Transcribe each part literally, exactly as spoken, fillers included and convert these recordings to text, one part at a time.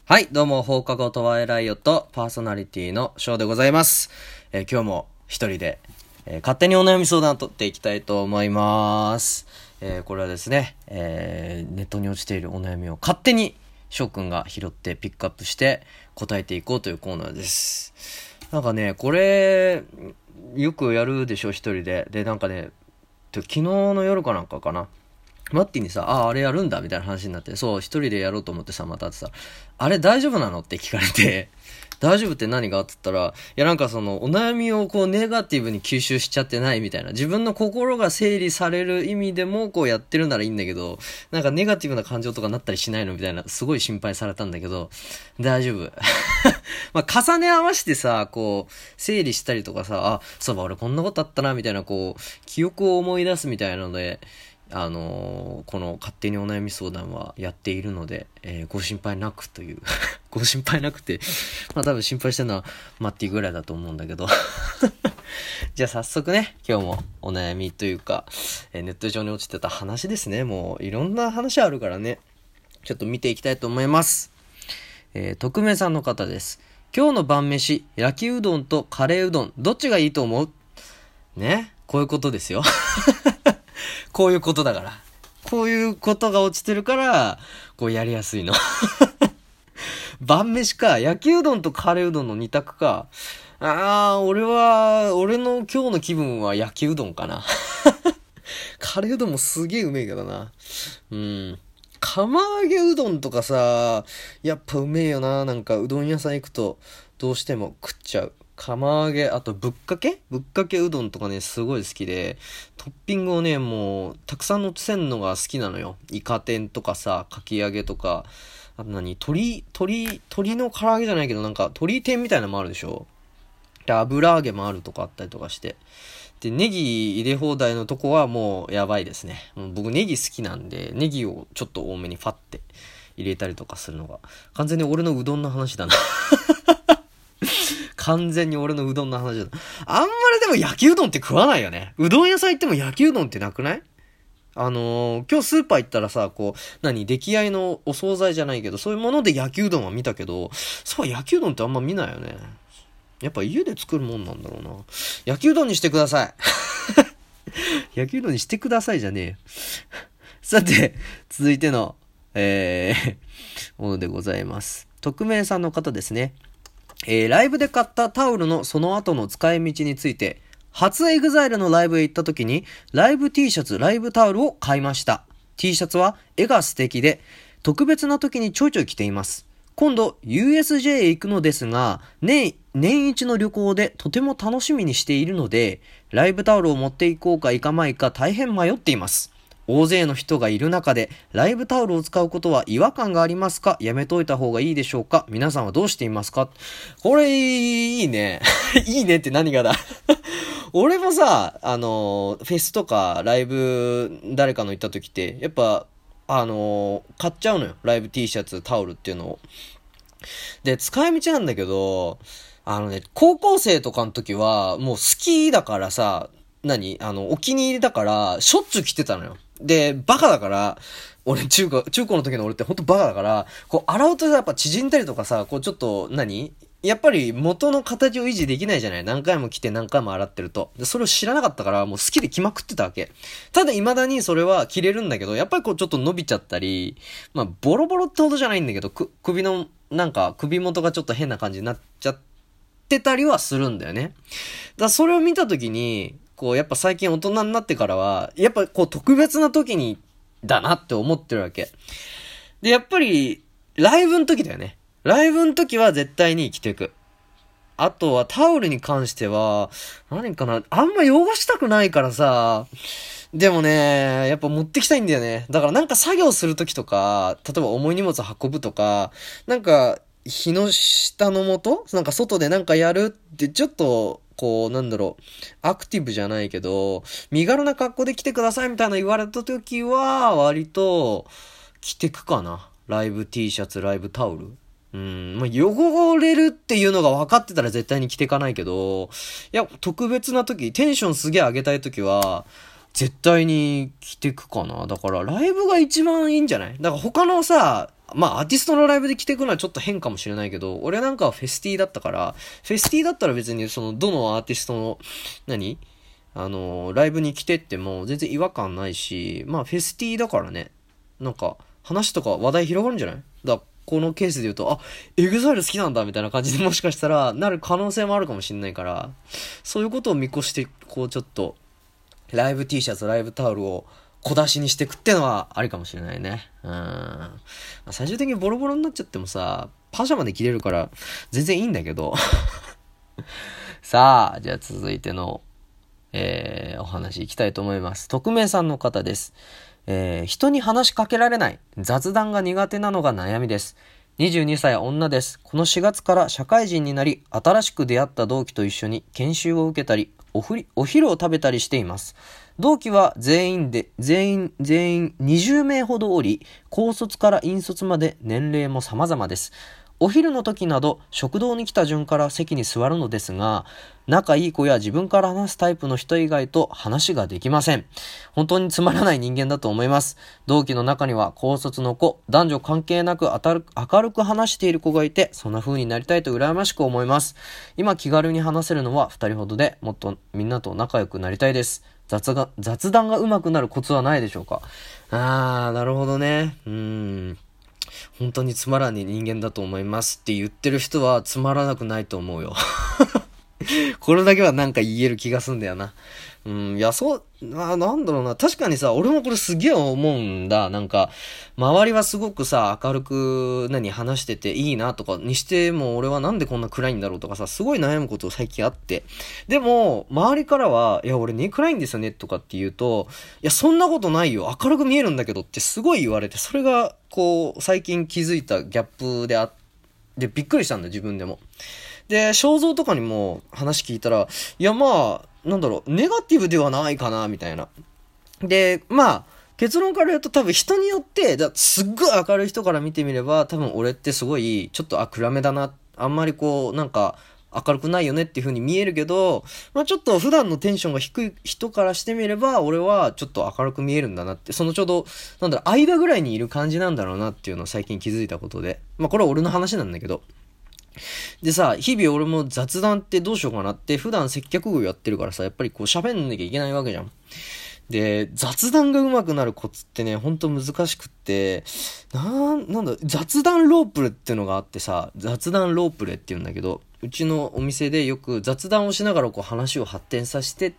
はい、どうも、放課後トワイライオットパーソナリティのショーでございます。えー今日も一人で、えー勝手にお悩み相談を取っていきたいと思います。えーこれはですね、えーネットに落ちているお悩みを勝手に翔くんが拾ってピックアップして答えていこうというコーナーです。なんかね、これ、よくやるでしょ、一人で。で、なんかね、昨日の夜かなんかかな。マッティにさ、ああ、あれやるんだみたいな話になって、そう、一人でやろうと思ってさ、またってさ、あれ大丈夫なのって聞かれて、大丈夫って何がって言ったら、いやなんかその、お悩みをこう、ネガティブに吸収しちゃってないみたいな、自分の心が整理される意味でも、こうやってるならいいんだけど、なんかネガティブな感情とかなったりしないのみたいな、すごい心配されたんだけど、大丈夫。まあ、重ね合わせてさ、こう、整理したりとかさ、あ、そういえば俺こんなことあったな、みたいな、こう、記憶を思い出すみたいなので、あのーこの勝手にお悩み相談はやっているので、えーご心配なくという、ご心配なくて、まあ多分心配してるのはマッティぐらいだと思うんだけど。じゃあ早速ね、今日もお悩みというか、えーネット上に落ちてた話ですね。もういろんな話あるからね。ちょっと見ていきたいと思います。えー、匿名さんの方です。今日の晩飯、焼きうどんとカレーうどん、どっちがいいと思う？ね。こういうことですよ。こういうことだから。こういうことが落ちてるから、こうやりやすいの。晩飯か。焼きうどんとカレーうどんの二択か。あー、俺は、俺の今日の気分は焼きうどんかな。カレーうどんもすげえうめえけどな。うん。釜揚げうどんとかさ、やっぱうめえよな。なんかうどん屋さん行くと、どうしても食っちゃう。釜揚げ、あとぶっかけぶっかけうどんとかね、すごい好きで、トッピングをね、もう、たくさん乗せんのが好きなのよ。イカ天とかさ、かき揚げとか、あと何鶏、鶏、鶏の唐揚げじゃないけど、なんか、鶏天みたいなのもあるでしょ。で、油揚げもあるとかあったりとかして。で、ネギ入れ放題のとこはもうやばいですね。もう僕ネギ好きなんで、ネギをちょっと多めにファって入れたりとかするのが、完全に俺のうどんの話だな。完全に俺のうどんの話だ。あんまりでも焼きうどんって食わないよね。うどん屋さん行っても焼きうどんってなくない？あのー、今日スーパー行ったらさ、こう、何、出来合いのお惣菜じゃないけど、そういうもので焼きうどんは見たけど、そう、焼きうどんってあんま見ないよね。やっぱ家で作るもんなんだろうな。焼きうどんにしてください。焼きうどんにしてくださいじゃねえよ。さて、続いての、えー、ものでございます。匿名さんの方ですね。えー、ライブで買ったタオルのその後の使い道について、初エグザイルのライブへ行った時に、ライブ T シャツ、ライブタオルを買いました。T シャツは絵が素敵で、特別な時にちょいちょい着ています。今度 ユーエスジェー へ行くのですが、年、年一の旅行でとても楽しみにしているので、ライブタオルを持っていこうか行かないか大変迷っています。大勢の人がいる中で、ライブタオルを使うことは違和感がありますか？やめといた方がいいでしょうか？皆さんはどうしていますか？これ、いいね。いいねって何がだ。俺もさ、あの、フェスとかライブ、誰かの行った時って、やっぱ、あの、買っちゃうのよ。ライブ T シャツ、タオルっていうのを。で、使い道なんだけど、あのね、高校生とかの時は、もう好きだからさ、何あの、お気に入りだから、しょっちゅう着てたのよ。で、バカだから、俺、中高、中高の時の俺ってほんとバカだから、こう、洗うとやっぱ縮んだりとかさ、こう、ちょっと何、やっぱり元の形を維持できないじゃない？何回も着て何回も洗ってると。で、それを知らなかったから、もう好きで着まくってたわけ。ただ未だにそれは着れるんだけど、やっぱりこうちょっと伸びちゃったり、まあ、ボロボロってほどじゃないんだけど、く、首の、なんか、首元がちょっと変な感じになっちゃってたりはするんだよね。だからそれを見たときに、こう、やっぱ最近大人になってからは、やっぱこう特別な時に、だなって思ってるわけ。で、やっぱり、ライブの時だよね。ライブの時は絶対に着ていく。あとはタオルに関しては、何かな、あんま汚したくないからさ、でもね、やっぱ持ってきたいんだよね。だからなんか作業する時とか、例えば重い荷物運ぶとか、なんか、日の下の下なんか外でなんかやるってちょっと、こう、なんだろう、アクティブじゃないけど、身軽な格好で来てくださいみたいな言われた時は、割と、着てくかな。ライブ T シャツ、ライブタオル。うん、まあ、汚れるっていうのが分かってたら絶対に着てかないけど、いや、特別な時、テンションすげえ上げたい時は、絶対に着てくかな。だから、ライブが一番いいんじゃない？だから他のさ、 まあアーティストのライブで着てくのはちょっと変かもしれないけど、俺なんかはフェスティだったから、フェスティだったら別にその、どのアーティストの、何あの、ライブに来てっても全然違和感ないし、まあフェスティだからね、なんか話とか話題広がるんじゃない？だこのケースで言うと、あ、エグザイル好きなんだみたいな感じでもしかしたらなる可能性もあるかもしれないから、そういうことを見越して、こうちょっと、ライブ T シャツ、ライブタオルを小出しにしていくってのはありかもしれないね。うん。まあ、最終的にボロボロになっちゃってもさ、パジャマで着れるから全然いいんだけど。さあ、じゃあ続いての、えー、お話いきたいと思います。匿名さんの方です。えー、人に話しかけられない。雑談が苦手なのが悩みです。にじゅうにさい女です。このしがつから社会人になり、新しく出会った同期と一緒に研修を受けたり、おふり、お昼を食べたりしています。同期は全員で、全員、全員にじゅうめいほどおり、高卒から引率まで年齢も様々です。お昼の時など食堂に来た順から席に座るのですが、仲いい子や自分から話すタイプの人以外と話ができません。本当につまらない人間だと思います。同期の中には高卒の子、男女関係なく明るく、明るく話している子がいて、そんな風になりたいと羨ましく思います。今気軽に話せるのはふたりほどで、もっとみんなと仲良くなりたいです。雑が、雑談が上手くなるコツはないでしょうか？あー、なるほどね。うーん。本当につまらない人間だと思いますって言ってる人はつまらなくないと思うよ。これだけはなんか言える気がすんだよな。うん、いや、そう、あ、なんだろうな。確かにさ、俺もこれすげえ思うんだ。なんか、周りはすごくさ、明るく、何、話してていいなとかにしても、俺はなんでこんな暗いんだろうとかさ、すごい悩むこと最近あって。でも、周りからは、いや、俺ね、暗いんですよね、とかって言うと、いや、そんなことないよ。明るく見えるんだけどってすごい言われて、それが、こう、最近気づいたギャップであって、で、びっくりしたんだ、自分でも。で、肖像とかにも話聞いたら、いや、まあ、なんだろう、ネガティブではないかな、みたいな。で、まあ、結論から言うと多分人によって、だすっごい明るい人から見てみれば、多分俺ってすごい、ちょっとあ、暗めだな、あんまりこう、なんか、明るくないよねっていう風に見えるけど、まあちょっと普段のテンションが低い人からしてみれば、俺はちょっと明るく見えるんだなって、そのちょうど、なんだろう、間ぐらいにいる感じなんだろうなっていうのを最近気づいたことで。まあこれは俺の話なんだけど。でさ、日々俺も雑談ってどうしようかなって、普段接客業やってるからさ、やっぱりこう喋んなきゃいけないわけじゃん。で、雑談が上手くなるコツってね、ほんと難しくって、なん、なんだ、雑談ロープレってのがあってさ、雑談ロープレって言うんだけど、うちのお店でよく雑談をしながらこう話を発展させてって、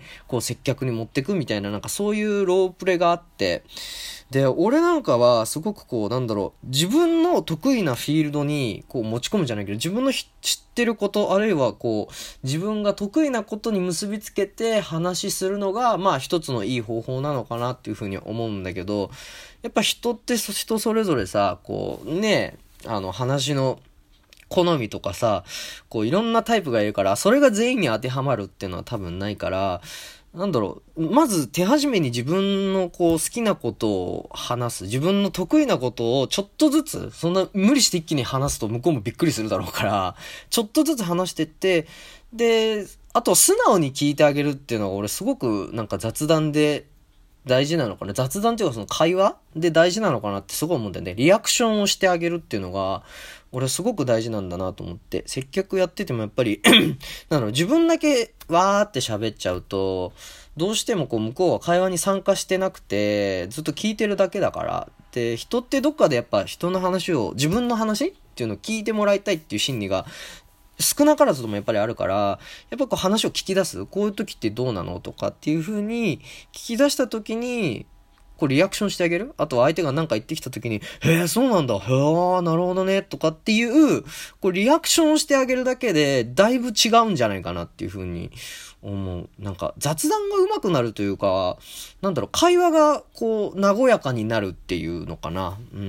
こう接客に持ってくみたいな、なんかそういうロープレがあって、で、俺なんかはすごくこう、なんだろう、自分の得意なフィールドにこう持ち込むじゃないけど、自分の知ってること、あるいはこう、自分が得意なことに結びつけて話するのが、まあ一つのいい方法なのかなっていうふうに思うんだけど、やっぱ人って人それぞれさ、こう、ね、あの話の、好みとかさ、こういろんなタイプがいるから、それが全員に当てはまるっていうのは多分ないから、なんだろう、まず手始めに自分のこう好きなことを話す、自分の得意なことをちょっとずつ、そんな無理して一気に話すと向こうもびっくりするだろうから、ちょっとずつ話してって、で、あと素直に聞いてあげるっていうのが俺すごくなんか雑談で大事なのかな。雑談っていうかその会話で大事なのかなってすごい思うんだよね。リアクションをしてあげるっていうのが、俺すごく大事なんだなと思って、接客やっててもやっぱりなんだろう、自分だけわーって喋っちゃうと、どうしてもこう向こうは会話に参加してなくて、ずっと聞いてるだけだから、で、人ってどっかでやっぱ人の話を、自分の話っていうのを聞いてもらいたいっていう心理が、少なからずともやっぱりあるから、やっぱこう話を聞き出す、こういう時ってどうなのとかっていう風に聞き出した時に、こうリアクションしてあげる。あとは相手が何か言ってきた時に、へえ、そうなんだ、へえ、なるほどね、とかっていう、こうリアクションしてあげるだけで、だいぶ違うんじゃないかなっていう風に思う。なんか雑談が上手くなるというか、なんだろう、会話がこう和やかになるっていうのかな。うん、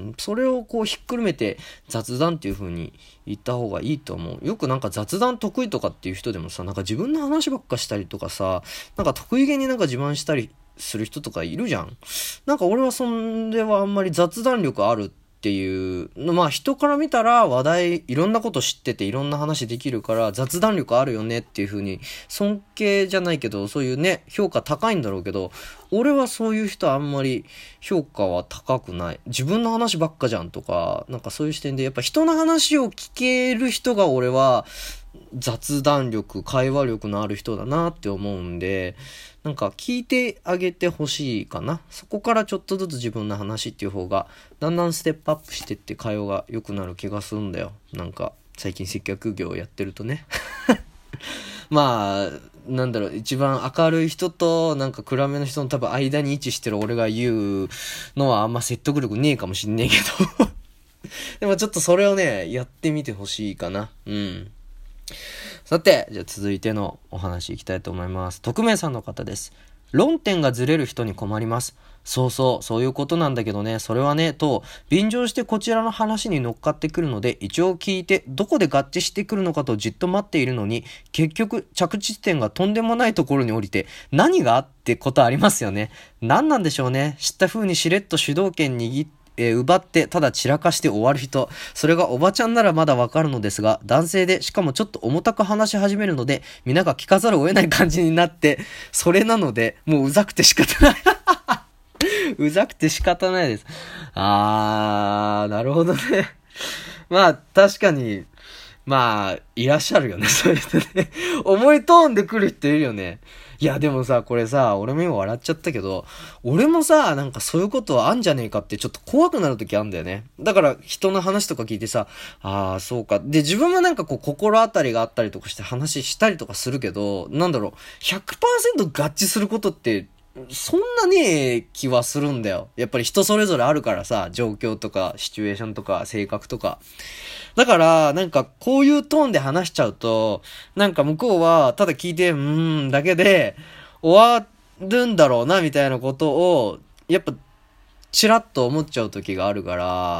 それをこうひっくるめて雑談っていう風に言った方がいいと思う。よくなんか雑談得意とかっていう人でもさ、なんか自分の話ばっかしたりとかさ、なんか得意げになんか自慢したりする人とかいるじゃん。なんか俺はそれはあんまり雑談力あるってっていうの、まあ人から見たら話題、いろんなこと知ってていろんな話できるから雑談力あるよねっていう風に、尊敬じゃないけど、そういうね、評価高いんだろうけど、俺はそういう人あんまり評価は高くない。自分の話ばっかじゃんとか、なんかそういう視点で、やっぱ人の話を聞ける人が俺は雑談力、会話力のある人だなって思うんで、なんか聞いてあげてほしいかな。そこからちょっとずつ自分の話っていう方がだんだんステップアップしてって会話が良くなる気がするんだよ。なんか最近接客業やってるとねまあなんだろう、一番明るい人となんか暗めの人の多分間に位置してる俺が言うのはあんま説得力ねえかもしんねえけどでもちょっとそれをねやってみてほしいかな。うん。さて、じゃあ続いてのお話いきたいと思います。匿名さんの方です。論点がずれる人に困ります。そうそう、そういうことなんだけどね、それはね、と、便乗してこちらの話に乗っかってくるので、一応聞いて、どこで合致してくるのかとじっと待っているのに、結局、着地点がとんでもないところに降りて、何がってことありますよね。何なんでしょうね。知った風にしれっと主導権握って、えー、奪ってただ散らかして終わる人、それがおばちゃんならまだわかるのですが、男性でしかもちょっと重たく話し始めるので皆が聞かざるを得ない感じになって、それなのでもううざくて仕方ないうざくて仕方ないです。あーなるほどねまあ確かにまあいらっしゃるよね、そういう人ね重いトーンで来る人いるよね。いやでもさ、これさ、俺も今笑っちゃったけど、俺もさ、なんかそういうことあんじゃねえかってちょっと怖くなるときあんだよね。だから人の話とか聞いてさ、ああそうか。で、自分もなんかこう心当たりがあったりとかして話したりとかするけど、なんだろう、ひゃくパーセント 合致することって、そんなねえ気はするんだよ。やっぱり人それぞれあるからさ、状況とかシチュエーションとか性格とか。だから、なんか、こういうトーンで話しちゃうと、なんか向こうは、ただ聞いて、うーん、だけで、終わるんだろうな、みたいなことを、やっぱ、チラッと思っちゃう時があるから、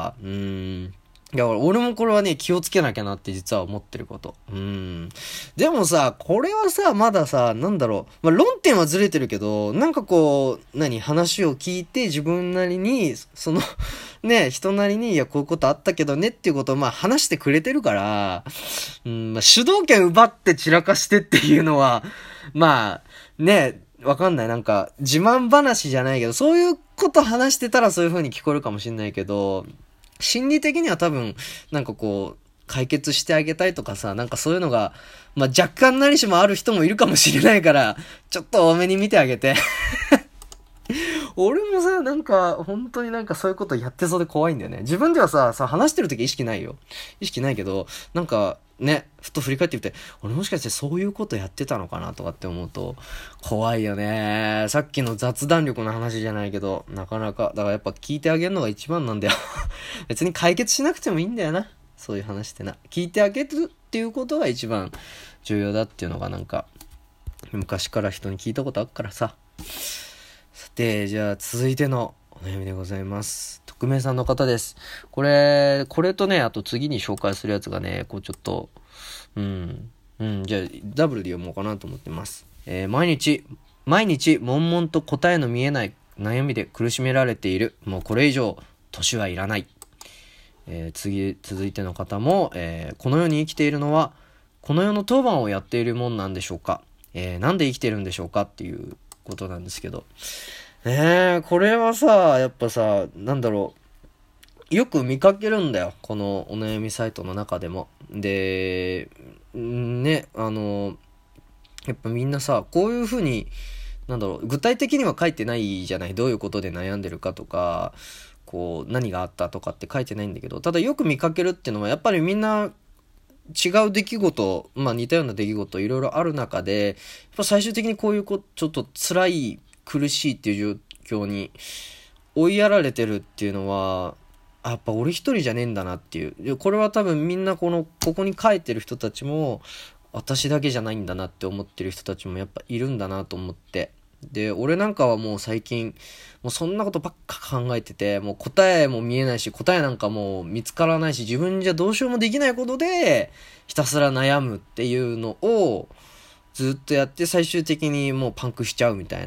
うーん。いや、俺もこれはね、気をつけなきゃなって実は思ってること。うーん。でもさ、これはさ、まださ、なんだろう。まあ、論点はずれてるけど、なんかこう、何、話を聞いて自分なりに、その、ね、人なりに、いや、こういうことあったけどねっていうことをまあ話してくれてるから、うん、まあ、主導権奪って散らかしてっていうのは、まあ、ね、わかんない。なんか、自慢話じゃないけど、そういうこと話してたらそういう風に聞こえるかもしれないけど、心理的には多分、なんかこう、解決してあげたいとかさ、なんかそういうのが、まあ若干なりしもある人もいるかもしれないから、ちょっと多めに見てあげて。俺もさ、なんか、本当になんかそういうことやってそうで怖いんだよね。自分ではさ、さ、話してる時意識ないよ。意識ないけど、なんか、ね、ふと振り返ってみて、俺もしかしてそういうことやってたのかなとかって思うと、怖いよね。さっきの雑談力の話じゃないけど、なかなか、だからやっぱ聞いてあげるのが一番なんだよ。別に解決しなくてもいいんだよな。そういう話ってな。聞いてあげるっていうことが一番重要だっていうのがなんか、昔から人に聞いたことあるからさ。さて、じゃあ続いてのお悩みでございます。匿名さんの方です。これ、これとね、あと次に紹介するやつがね、こうちょっと、うん、うん、じゃあダブルで読もうかなと思ってます。えー、毎日、毎日、悶々と答えの見えない悩みで苦しめられている。もうこれ以上、年はいらない。えー、次、続いての方も、えー、この世に生きているのは、この世の当番をやっているもんなんでしょうか。えー、なんで生きてるんでしょうかっていうことなんですけど。えー、これはさ、やっぱさ、なんだろう。よく見かけるんだよ。このお悩みサイトの中でも。で、ね、あの、やっぱみんなさ、こういう風に、なんだろう、具体的には書いてないじゃない。どういうことで悩んでるかとか、こう、何があったとかって書いてないんだけど、ただよく見かけるっていうのは、やっぱりみんな、違う出来事、まあ似たような出来事いろいろある中で、やっぱ最終的にこういうこちょっと辛い苦しいっていう状況に追いやられてるっていうのは、やっぱ俺一人じゃねえんだなっていう。これは多分みんなこのここに書いてる人たちも私だけじゃないんだなって思ってる人たちもやっぱいるんだなと思って。で、俺なんかはもう最近もうそんなことばっか考えてて、もう答えも見えないし、答えなんかもう見つからないし、自分じゃどうしようもできないことでひたすら悩むっていうのをずっとやって最終的にもうパンクしちゃうみたいな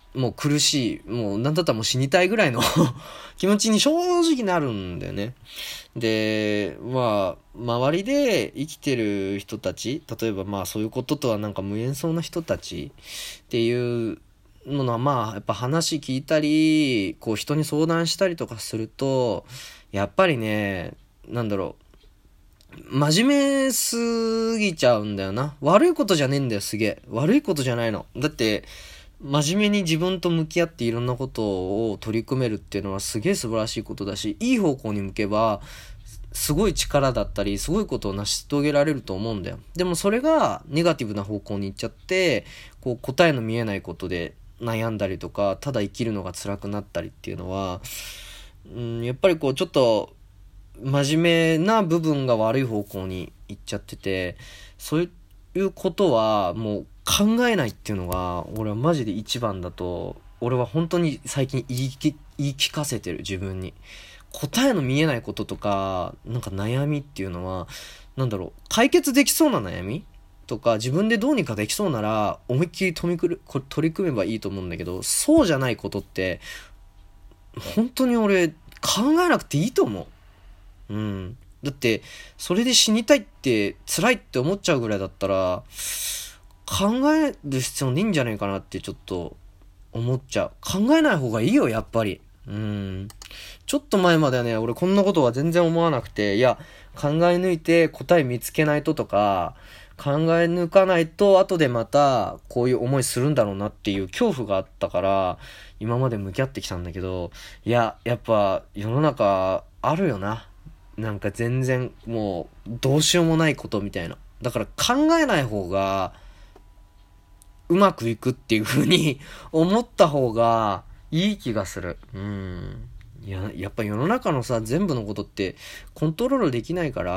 もう苦しい、もうなんだったらもう死にたいぐらいの気持ちに正直なるんだよね。で、まあ、周りで生きてる人たち、例えばまあそういうこととはなんか無縁そうな人たちっていうのはまあやっぱ話聞いたり、こう人に相談したりとかすると、やっぱりね、なんだろう、真面目すぎちゃうんだよな。悪いことじゃねえんだよ、すげえ。悪いことじゃないの。だって、真面目に自分と向き合っていろんなことを取り組めるっていうのはすげえ素晴らしいことだし、いい方向に向けば、すごい力だったり、すごいことを成し遂げられると思うんだよ。でもそれがネガティブな方向に行っちゃって、こう答えの見えないことで悩んだりとか、ただ生きるのが辛くなったりっていうのは、うん、やっぱりこうちょっと真面目な部分が悪い方向に行っちゃってて、そういうことはもう考えないっていうのが俺はマジで一番だと俺は本当に最近言いき言い聞かせてる。自分に答えの見えないこととかなんか悩みっていうのはなんだろう、解決できそうな悩みとか自分でどうにかできそうなら思いっきり取り組む取り組めばいいと思うんだけど、そうじゃないことって本当に俺考えなくていいと思う。うん。だって、それで死にたいって、辛いって思っちゃうぐらいだったら、考える必要ないんじゃないかなってちょっと思っちゃう。考えない方がいいよ、やっぱり。うん。ちょっと前まではね、俺こんなことは全然思わなくて、いや、考え抜いて答え見つけないととか、考え抜かないと後でまたこういう思いするんだろうなっていう恐怖があったから、今まで向き合ってきたんだけど、いや、やっぱ世の中あるよな。なんか全然もうどうしようもないことみたいな。だから考えない方がうまくいくっていう風に思った方がいい気がする。うん。いや、やっぱ世の中のさ、全部のことってコントロールできないから、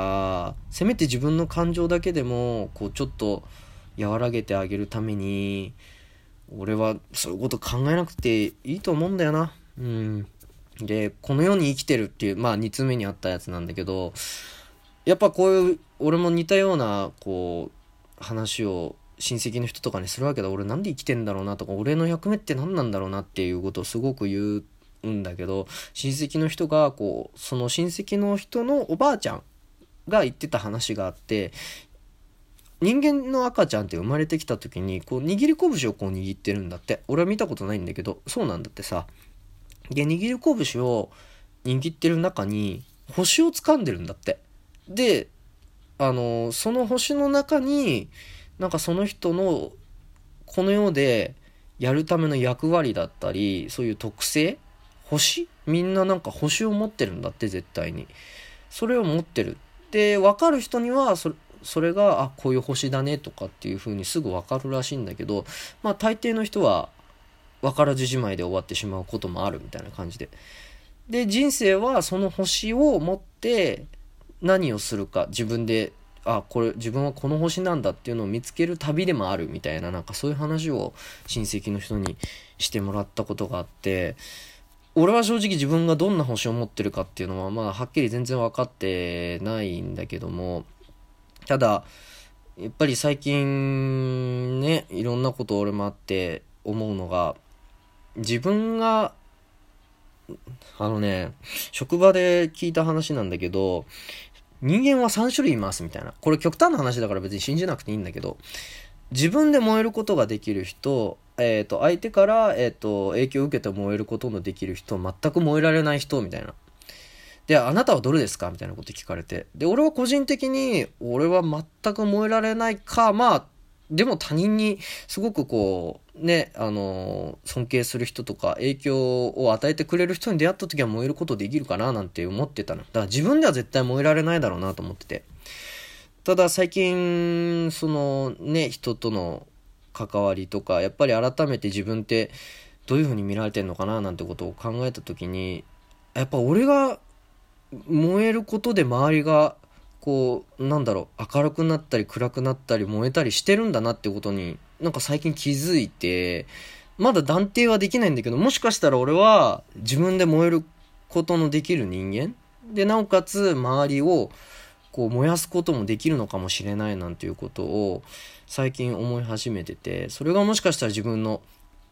せめて自分の感情だけでも、こうちょっと和らげてあげるために、俺はそういうこと考えなくていいと思うんだよな。うん。で、この世に生きてるっていう、まあにつめにあったやつなんだけど、やっぱこういう、俺も似たような、こう、話を親戚の人とかにするわけだ。俺なんで生きてんだろうなとか、俺の役目って何なんだろうなっていうことをすごく言うんだけど、親戚の人が、こう、その親戚の人のおばあちゃんが言ってた話があって、人間の赤ちゃんって生まれてきた時に、こう、握り拳をこう握ってるんだって。俺は見たことないんだけど、そうなんだってさ。で、握り拳を握ってる中に星を掴んでるんだって。で、あの、その星の中に、なんかその人のこの世でやるための役割だったり、そういう特性星みんななんか星を持ってるんだって、絶対に。それを持ってる。で、分かる人には、それ、それが、あ、こういう星だねとかっていう風にすぐ分かるらしいんだけど、まあ大抵の人は、分からずじまいで終わってしまうこともあるみたいな感じで。で、人生はその星を持って何をするか、自分で、あ、これ、自分はこの星なんだっていうのを見つける旅でもあるみたいな、なんかそういう話を親戚の人にしてもらったことがあって、俺は正直自分がどんな星を持ってるかっていうのは、まあ、はっきり全然分かってないんだけども、ただ、やっぱり最近ね、いろんなこと俺もあって思うのが、自分が、あのね、職場で聞いた話なんだけど、人間はさん種類いますみたいな。これ極端な話だから別に信じなくていいんだけど、自分で燃えることができる人、えっと、相手から、えっと、影響を受けて燃えることのできる人、全く燃えられない人、みたいな。で、あなたはどれですかみたいなこと聞かれて。で、俺は個人的に、俺は全く燃えられないか、まあ、でも他人にすごくこう、ね、あの、尊敬する人とか影響を与えてくれる人に出会った時は燃えることできるかななんて思ってたの。だから自分では絶対燃えられないだろうなと思ってて。ただ最近、そのね、人との関わりとか、やっぱり改めて自分ってどういう風に見られてんのかななんてことを考えた時に、やっぱ俺が燃えることで周りがこうなんだろう明るくなったり暗くなったり燃えたりしてるんだなってことになんか最近気づいて、まだ断定はできないんだけど、もしかしたら俺は自分で燃えることのできる人間で、なおかつ周りをこう燃やすこともできるのかもしれないなんていうことを最近思い始めてて、それがもしかしたら自分の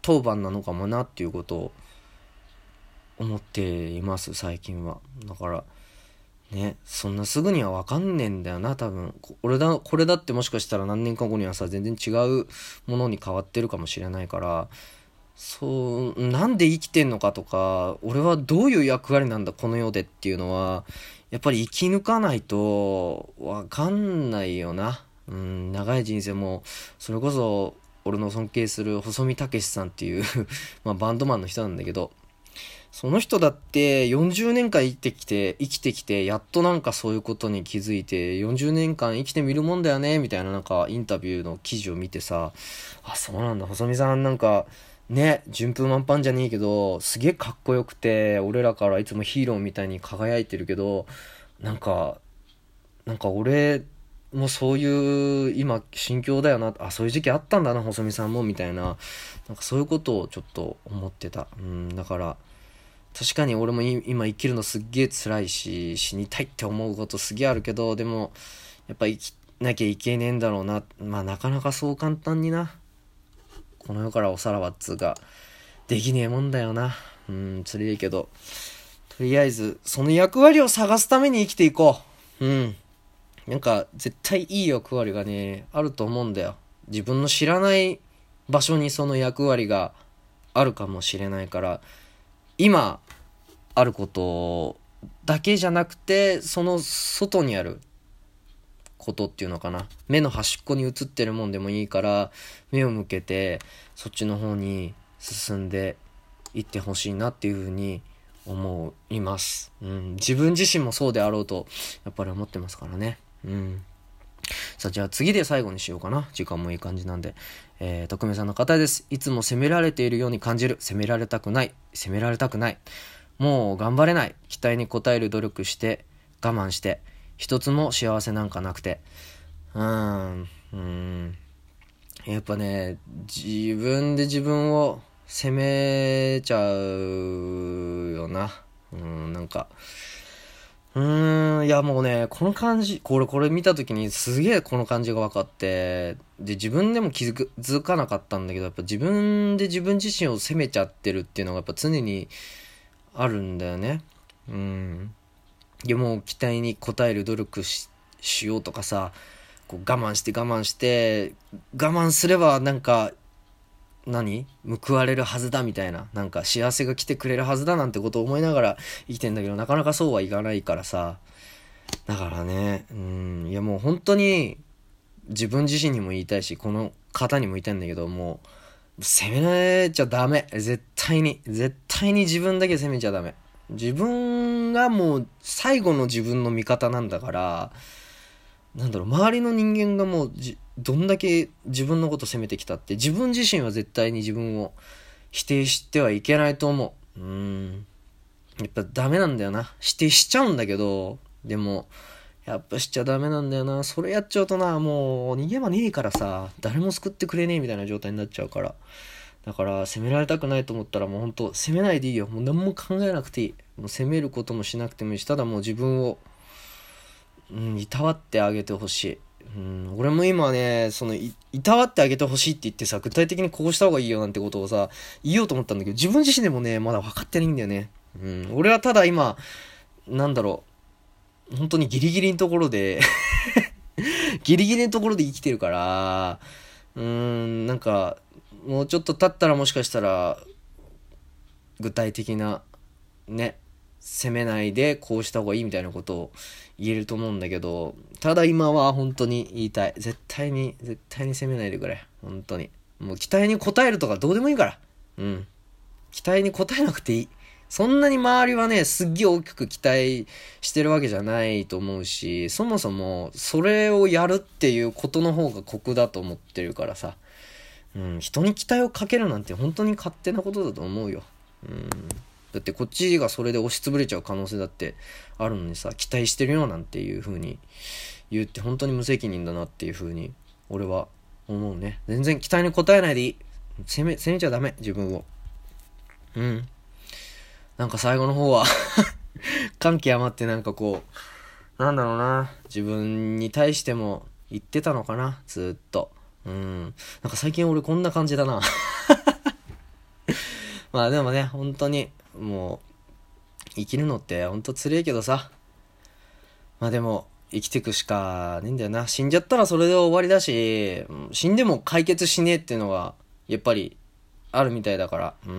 当番なのかもなっていうことを思っています最近は。だからね、そんなすぐには分かんねえんだよな多分。俺だこれだってもしかしたら何年か後にはさ全然違うものに変わってるかもしれないから、そうなんで生きてんのかとか俺はどういう役割なんだこの世でっていうのはやっぱり生き抜かないと分かんないよな。うん、長い人生もそれこそ俺の尊敬する細見武さんっていうまあバンドマンの人なんだけど、その人だってよんじゅうねんかん生きてきて生きてきてやっとなんかそういうことに気づいてよんじゅうねんかん生きてみるもんだよねみたいななんかインタビューの記事を見てさ、あそうなんだ細見さんなんかね順風満帆じゃねえけどすげえかっこよくて俺らからいつもヒーローみたいに輝いてるけど、なんかなんか俺もうそういう今心境だよな、あそういう時期あったんだな細見さんもみたいな、なんかそういうことをちょっと思ってた。うんだから確かに俺も今生きるのすっげえ辛いし死にたいって思うことすげえあるけど、でもやっぱ生きなきゃいけねえんだろうな。まあなかなかそう簡単になこの世からおさらばっつうかできねえもんだよな。うんつれえけどとりあえずその役割を探すために生きていこう。うんなんか絶対いい役割がねあると思うんだよ。自分の知らない場所にその役割があるかもしれないから、今あることだけじゃなくてその外にあることっていうのかな、目の端っこに映ってるもんでもいいから目を向けてそっちの方に進んでいってほしいなっていうふうに思います、うん、自分自身もそうであろうとやっぱり思ってますからね。うんさあじゃあ次で最後にしようかな。時間もいい感じなんで、えー、匿名さんの方です。いつも責められているように感じる。責められたくない。責められたくない。もう頑張れない。期待に応える努力して我慢して一つも幸せなんかなくて、うーんうーんやっぱね自分で自分を責めちゃうよな。うんなんかうーん、いやもうね、この感じ、これ、これ見たときにすげえこの感じが分かって、で、自分でも気づく、気づかなかったんだけど、やっぱ自分で自分自身を責めちゃってるっていうのがやっぱ常にあるんだよね。うん。でも期待に応える努力し、しようとかさ、こう我慢して我慢して、我慢すればなんか、何報われるはずだみたいな、なんか幸せが来てくれるはずだなんてことを思いながら生きてんだけど、なかなかそうはいかないからさ。だからねうんいやもう本当に自分自身にも言いたいしこの方にも言いたいんだけど、もう責められちゃダメ。絶対に絶対に自分だけ責めちゃダメ。自分がもう最後の自分の味方なんだから、なんだろう周りの人間がもうじどんだけ自分のこと責めてきたって自分自身は絶対に自分を否定してはいけないと思う。うーんやっぱダメなんだよな。否定しちゃうんだけど、でもやっぱしちゃダメなんだよな。それやっちゃうとな、もう逃げ場ねえからさ、誰も救ってくれねえみたいな状態になっちゃうから。だから責められたくないと思ったらもうほんと責めないでいいよ。もう何も考えなくていい。もう責めることもしなくてもいいし、ただもう自分をうん、いたわってあげてほしい。うん、俺も今ね、そのい、いたわってあげてほしいって言ってさ、具体的にこうした方がいいよなんてことをさ、言おうと思ったんだけど、自分自身でもね、まだ分かってないんだよね。うん、俺はただ今、なんだろう、本当にギリギリのところでギリギリのところで生きてるから、うーん、なんか、もうちょっと経ったらもしかしたら、具体的な、ね、責めないでこうした方がいいみたいなことを言えると思うんだけど、ただ今は本当に言いたい。絶対に絶対に責めないでくれ。本当にもう期待に応えるとかどうでもいいから。うん期待に応えなくていい。そんなに周りはねすっげえ大きく期待してるわけじゃないと思うし、そもそもそれをやるっていうことの方が酷だと思ってるからさ。うん人に期待をかけるなんて本当に勝手なことだと思うよ。うんだってこっちがそれで押しつぶれちゃう可能性だってあるのにさ、期待してるよなんていう風に言うって本当に無責任だなっていう風に俺は思うね。全然期待に応えないでいい。責め、責めちゃダメ自分を。うんなんか最後の方は感極まってなんかこうなんだろうな、自分に対しても言ってたのかなずっと。うんなんか最近俺こんな感じだなまあでもね、本当に、もう、生きるのって本当つれえけどさ。まあでも、生きてくしかねえんだよな。死んじゃったらそれで終わりだし、死んでも解決しねえっていうのが、やっぱり、あるみたいだから。うん。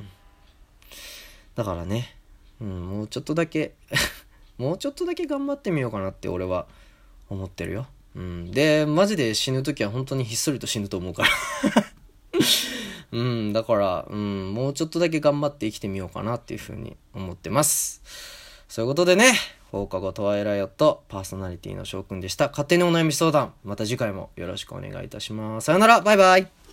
だからね、うん、もうちょっとだけ、もうちょっとだけ頑張ってみようかなって俺は思ってるよ。うん。で、マジで死ぬときは本当にひっそりと死ぬと思うから。うん、だから、うん、もうちょっとだけ頑張って生きてみようかなっていうふうに思ってます。そういうことでね、放課後トワイライオットパーソナリティの翔くんでした。勝手にお悩み相談、また次回もよろしくお願いいたします。さよなら、バイバイ。